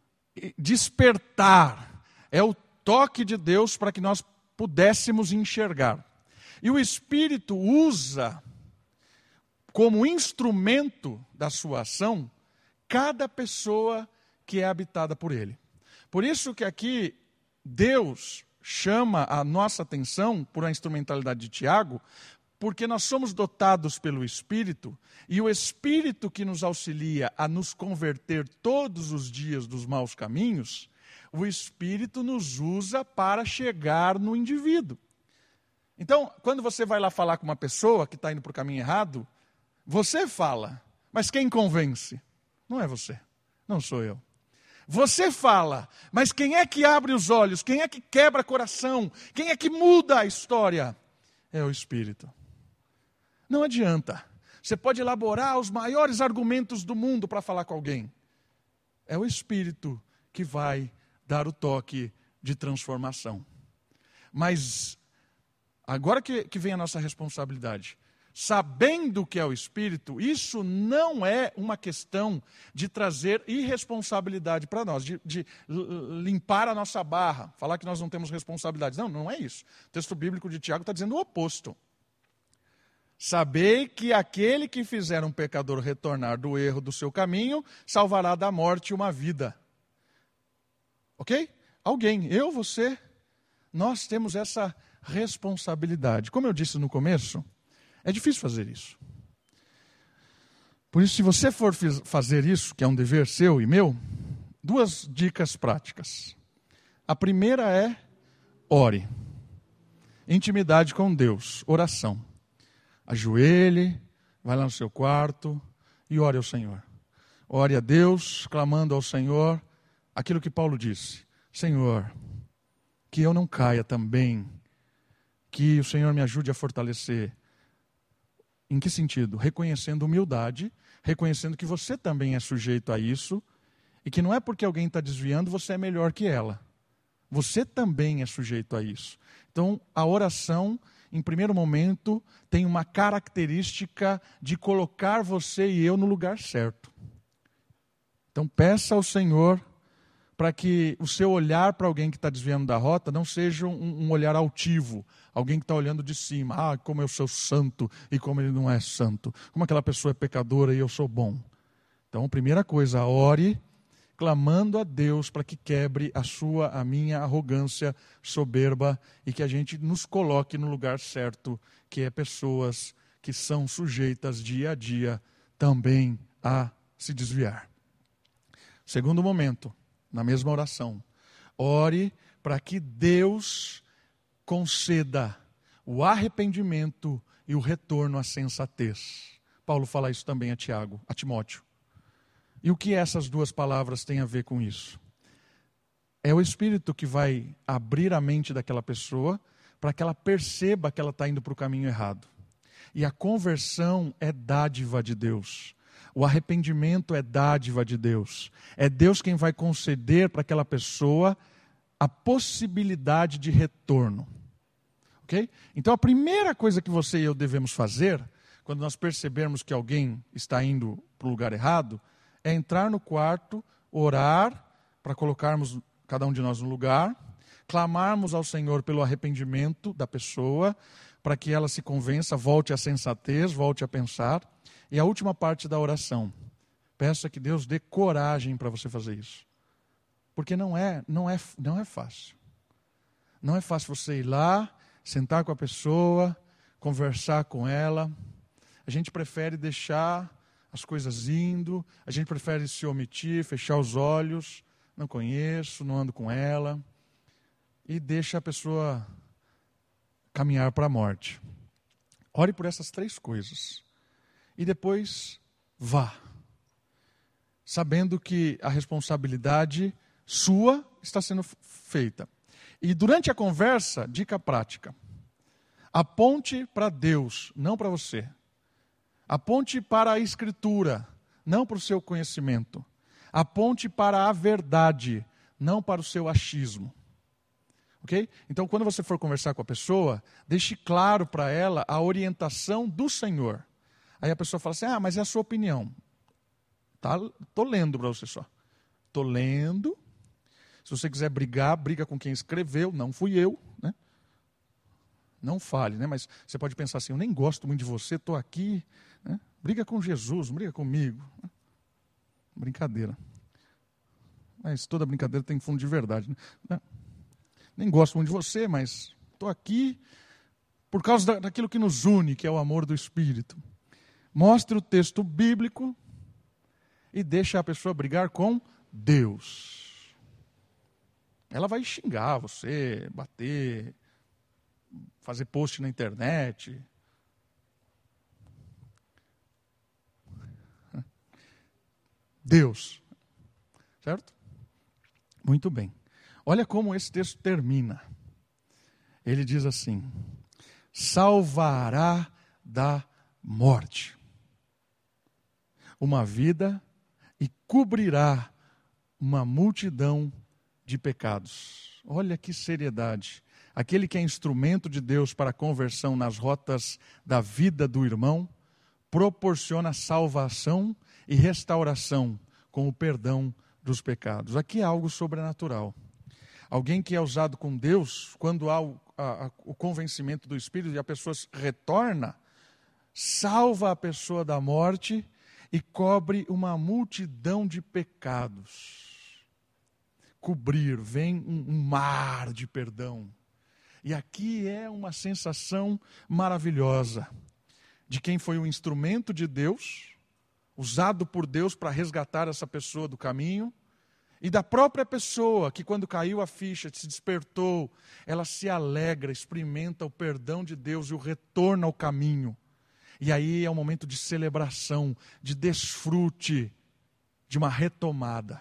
despertar, é o toque de Deus para que nós pudéssemos enxergar. E o Espírito usa como instrumento da sua ação cada pessoa que é habitada por ele. Por isso que aqui Deus chama a nossa atenção por a instrumentalidade de Tiago, porque nós somos dotados pelo Espírito, e o Espírito que nos auxilia a nos converter todos os dias dos maus caminhos, o Espírito nos usa para chegar no indivíduo. Então, quando você vai lá falar com uma pessoa que está indo para o caminho errado, você fala, mas quem convence? Não é você, não sou eu. Você fala, mas quem é que abre os olhos? Quem é que quebra coração? Quem é que muda a história? É o Espírito. Não adianta. Você pode elaborar os maiores argumentos do mundo para falar com alguém. É o Espírito que vai dar o toque de transformação. Mas, agora que, que vem a nossa responsabilidade, sabendo que é o Espírito, isso não é uma questão de trazer irresponsabilidade para nós, de, de limpar a nossa barra, falar que nós não temos responsabilidade. Não, não é isso. O texto bíblico de Tiago está dizendo o oposto. Sabei que aquele que fizer um pecador retornar do erro do seu caminho, salvará da morte uma vida. Ok? Alguém, eu, você, nós temos essa responsabilidade. Como eu disse no começo, é difícil fazer isso. Por isso, se você for fazer isso, que é um dever seu e meu, duas dicas práticas. A primeira é ore. Intimidade com Deus, oração. Ajoelhe, vai lá no seu quarto e ore ao Senhor. Ore a Deus, clamando ao Senhor aquilo que Paulo disse. Senhor, que eu não caia também, que o Senhor me ajude a fortalecer. Em que sentido? Reconhecendo humildade, reconhecendo que você também é sujeito a isso, e que não é porque alguém está desviando, você é melhor que ela. Você também é sujeito a isso. Então, a oração, em primeiro momento, tem uma característica de colocar você e eu no lugar certo. Então, peça ao Senhor para que o seu olhar para alguém que está desviando da rota não seja um, um olhar altivo, alguém que está olhando de cima. Ah, como eu sou santo e como ele não é santo. Como aquela pessoa é pecadora e eu sou bom. Então, primeira coisa, ore, clamando a Deus para que quebre a sua, a minha arrogância soberba e que a gente nos coloque no lugar certo, que é pessoas que são sujeitas dia a dia também a se desviar. Segundo momento, na mesma oração, ore para que Deus conceda o arrependimento e o retorno à sensatez. Paulo fala isso também a Tiago, a Timóteo. E o que essas duas palavras têm a ver com isso? É o Espírito que vai abrir a mente daquela pessoa para que ela perceba que ela está indo para o caminho errado. E a conversão é dádiva de Deus. O arrependimento é dádiva de Deus. É Deus quem vai conceder para aquela pessoa a possibilidade de retorno. Ok? Então a primeira coisa que você e eu devemos fazer, quando nós percebermos que alguém está indo para o lugar errado, é entrar no quarto, orar, para colocarmos cada um de nós no lugar, clamarmos ao Senhor pelo arrependimento da pessoa, para que ela se convença, volte à sensatez, volte a pensar. E a última parte da oração, peça que Deus dê coragem para você fazer isso. Porque não é, não é, não é fácil. Não é fácil você ir lá, sentar com a pessoa, conversar com ela. A gente prefere deixar as coisas indo, a gente prefere se omitir, fechar os olhos, não conheço, não ando com ela, e deixa a pessoa caminhar para a morte. Ore por essas três coisas. E depois, vá. Sabendo que a responsabilidade sua está sendo feita. E durante a conversa, dica prática. Aponte para Deus, não para você. Aponte para a Escritura, não para o seu conhecimento. Aponte para a verdade, não para o seu achismo. Ok? Então, quando você for conversar com a pessoa, deixe claro para ela a orientação do Senhor. Aí a pessoa fala assim, ah, mas é a sua opinião. Tá, tô lendo para você só. Tô lendo. Se você quiser brigar, briga com quem escreveu, não fui eu, né? Não fale, né? Mas você pode pensar assim, eu nem gosto muito de você, estou aqui, né? Briga com Jesus, briga comigo. Brincadeira. Mas toda brincadeira tem fundo de verdade, né? Nem gosto muito de você, mas estou aqui por causa daquilo que nos une, que é o amor do Espírito. Mostre o texto bíblico e deixa a pessoa brigar com Deus. Ela vai xingar você, bater, fazer post na internet. Deus. Certo? Muito bem. Olha como esse texto termina. Ele diz assim, salvará da morte uma vida e cobrirá uma multidão de pecados. Olha que seriedade. Aquele que é instrumento de Deus para a conversão nas rotas da vida do irmão, proporciona salvação e restauração com o perdão dos pecados. Aqui é algo sobrenatural. Alguém que é usado com Deus, quando há o, a, o convencimento do Espírito e a pessoa retorna, salva a pessoa da morte e cobre uma multidão de pecados. cobrir, vem um, um mar de perdão. E aqui é uma sensação maravilhosa de quem foi o instrumento de Deus, usado por Deus para resgatar essa pessoa do caminho, e da própria pessoa que, quando caiu a ficha, se despertou, ela se alegra, experimenta o perdão de Deus e o retorno ao caminho. E aí é um momento de celebração, de desfrute, de uma retomada.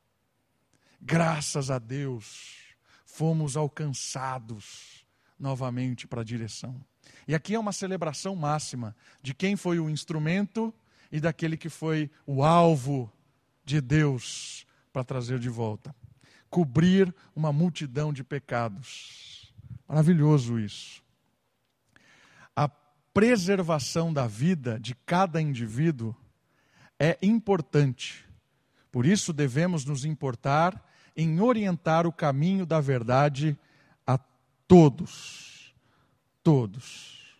Graças a Deus, fomos alcançados novamente para a direção. E aqui é uma celebração máxima de quem foi o instrumento e daquele que foi o alvo de Deus para trazer de volta. Cobrir uma multidão de pecados. Maravilhoso isso. A preservação da vida de cada indivíduo é importante. Por isso devemos nos importar em orientar o caminho da verdade a todos. Todos.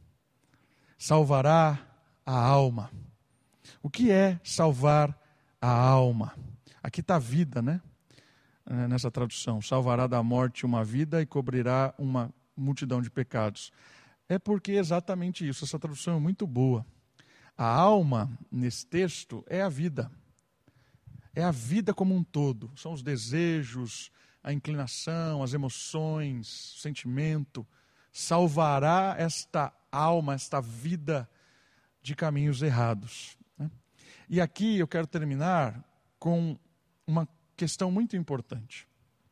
Salvará a alma. O que é salvar a alma? Aqui está a vida, né? Nessa tradução. Salvará da morte uma vida e cobrirá uma multidão de pecados. É porque é exatamente isso. Essa tradução é muito boa. A alma, nesse texto, é a vida. É a vida como um todo. São os desejos, a inclinação, as emoções, o sentimento. Salvará esta alma, esta vida de caminhos errados. E aqui eu quero terminar com uma questão muito importante,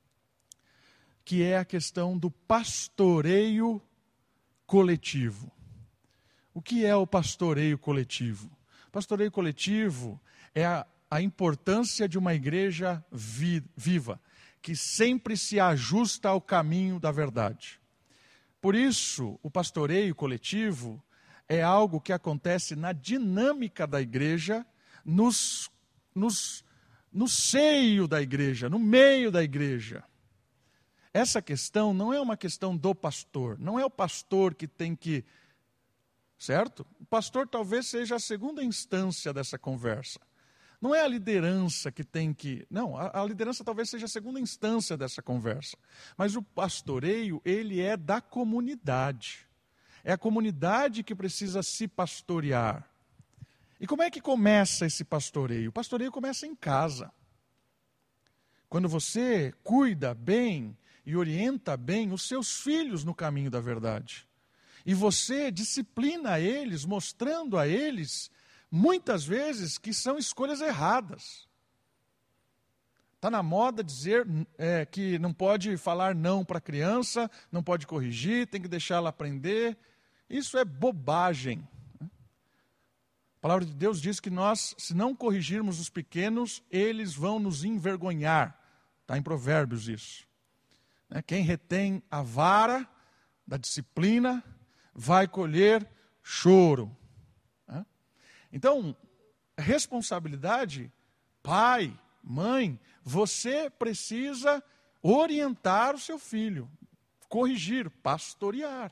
que é a questão do pastoreio coletivo. O que é o pastoreio coletivo? O pastoreio coletivo é a, a importância de uma igreja vi, viva, que sempre se ajusta ao caminho da verdade. Por isso, o pastoreio coletivo é algo que acontece na dinâmica da igreja, nos, nos, no seio da igreja, no meio da igreja. Essa questão não é uma questão do pastor, não é o pastor que tem que... Certo? O pastor talvez seja a segunda instância dessa conversa. Não é a liderança que tem que... Não, a, a liderança talvez seja a segunda instância dessa conversa. Mas o pastoreio, ele é da comunidade. É a comunidade que precisa se pastorear. E como é que começa esse pastoreio? O pastoreio começa em casa. Quando você cuida bem e orienta bem os seus filhos no caminho da verdade. E você disciplina eles, mostrando a eles, muitas vezes, que são escolhas erradas. Está na moda dizer é, que não pode falar não para a criança, não pode corrigir, tem que deixá-la aprender. Isso é bobagem. A palavra de Deus diz que nós, se não corrigirmos os pequenos, eles vão nos envergonhar. Está em Provérbios isso. Quem retém a vara da disciplina vai colher choro. Então, responsabilidade, pai, mãe, você precisa orientar o seu filho, corrigir, pastorear.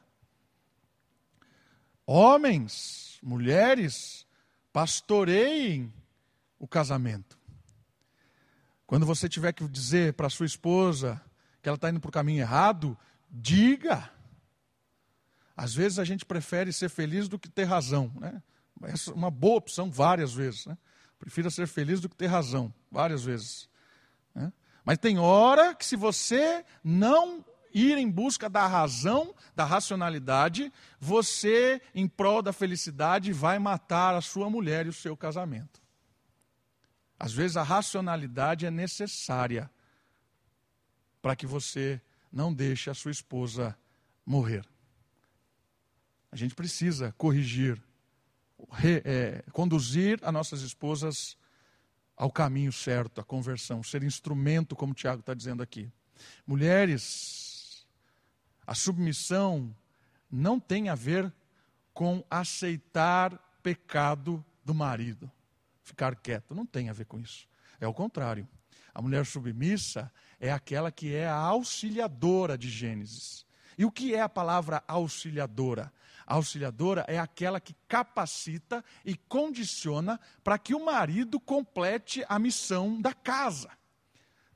Homens, mulheres, pastoreiem o casamento. Quando você tiver que dizer para a sua esposa que ela está indo para o caminho errado, diga. Às vezes a gente prefere ser feliz do que ter razão, né? Essa é uma boa opção várias vezes, né? Prefira ser feliz do que ter razão, várias vezes, né? Mas tem hora que, se você não ir em busca da razão, da racionalidade, você, em prol da felicidade, vai matar a sua mulher e o seu casamento. Às vezes a racionalidade é necessária para que você não deixe a sua esposa morrer. A gente precisa corrigir, re, é, conduzir as nossas esposas ao caminho certo, à conversão, ser instrumento, como o Tiago está dizendo aqui. Mulheres, a submissão não tem a ver com aceitar pecado do marido, ficar quieto, não tem a ver com isso. É o contrário. A mulher submissa é aquela que é a auxiliadora de Gênesis. E o que é a palavra auxiliadora? A auxiliadora é aquela que capacita e condiciona para que o marido complete a missão da casa.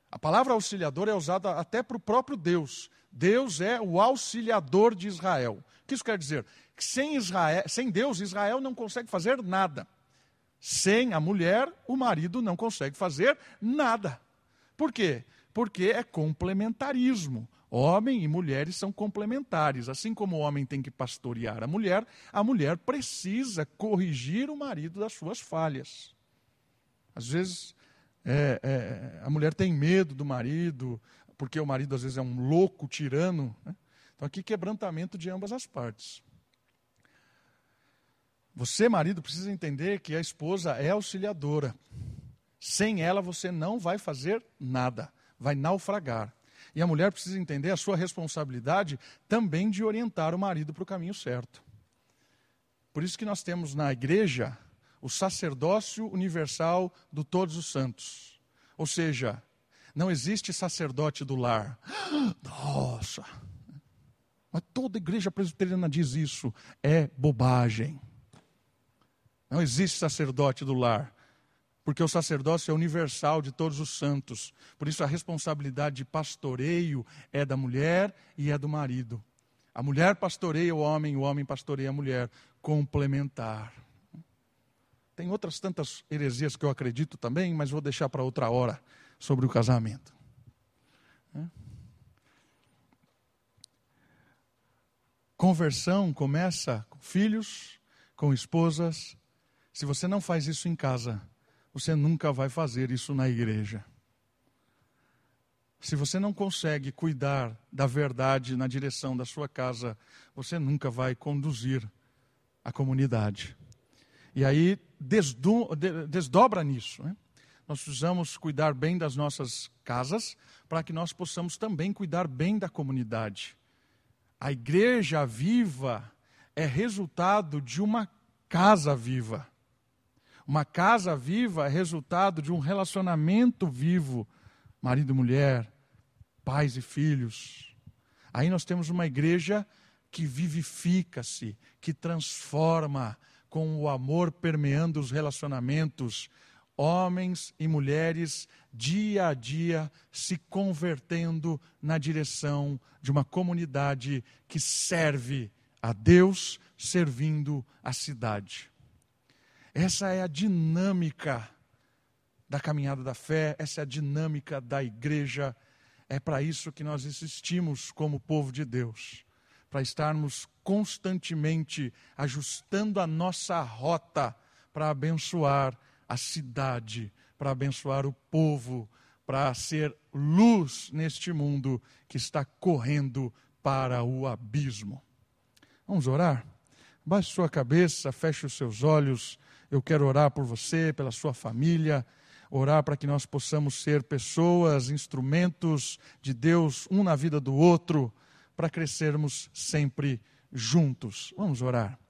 A palavra auxiliador é usada até para o próprio Deus. Deus é o auxiliador de Israel. O que isso quer dizer? Que sem, Israel, sem Deus, Israel não consegue fazer nada. Sem a mulher, o marido não consegue fazer nada. Por quê? Porque é complementarismo. Homem e mulheres são complementares. Assim como o homem tem que pastorear a mulher, a mulher precisa corrigir o marido das suas falhas. Às vezes, é, é, a mulher tem medo do marido, porque o marido às vezes é um louco, tirano, né? Então aqui quebrantamento de ambas as partes. Você, marido, precisa entender que a esposa é auxiliadora. Sem ela você não vai fazer nada, vai naufragar. E a mulher precisa entender a sua responsabilidade também de orientar o marido para o caminho certo. Por isso que nós temos na igreja o sacerdócio universal do Todos os Santos. Ou seja, não existe sacerdote do lar. Nossa, mas toda igreja presbiteriana diz isso. É bobagem. Não existe sacerdote do lar. Porque o sacerdócio é universal de todos os santos. Por isso a responsabilidade de pastoreio é da mulher e é do marido. A mulher pastoreia o homem, o homem pastoreia a mulher. Complementar. Tem outras tantas heresias que eu acredito também, mas vou deixar para outra hora sobre o casamento. Conversão começa com filhos, com esposas. Se você não faz isso em casa, você nunca vai fazer isso na igreja. Se você não consegue cuidar da verdade na direção da sua casa, você nunca vai conduzir a comunidade. E aí desdo, desdobra nisso, né? Nós precisamos cuidar bem das nossas casas, para que nós possamos também cuidar bem da comunidade. A igreja viva é resultado de uma casa viva. Uma casa viva é resultado de um relacionamento vivo, marido e mulher, pais e filhos. Aí nós temos uma igreja que vivifica-se, que transforma com o amor permeando os relacionamentos, homens e mulheres dia a dia se convertendo na direção de uma comunidade que serve a Deus, servindo a cidade. Essa é a dinâmica da caminhada da fé, essa é a dinâmica da igreja. É para isso que nós existimos como povo de Deus, para estarmos constantemente ajustando a nossa rota para abençoar a cidade, para abençoar o povo, para ser luz neste mundo que está correndo para o abismo. Vamos orar? Baixe sua cabeça, feche os seus olhos. Eu quero orar por você, pela sua família, orar para que nós possamos ser pessoas, instrumentos de Deus, um na vida do outro, para crescermos sempre juntos. Vamos orar.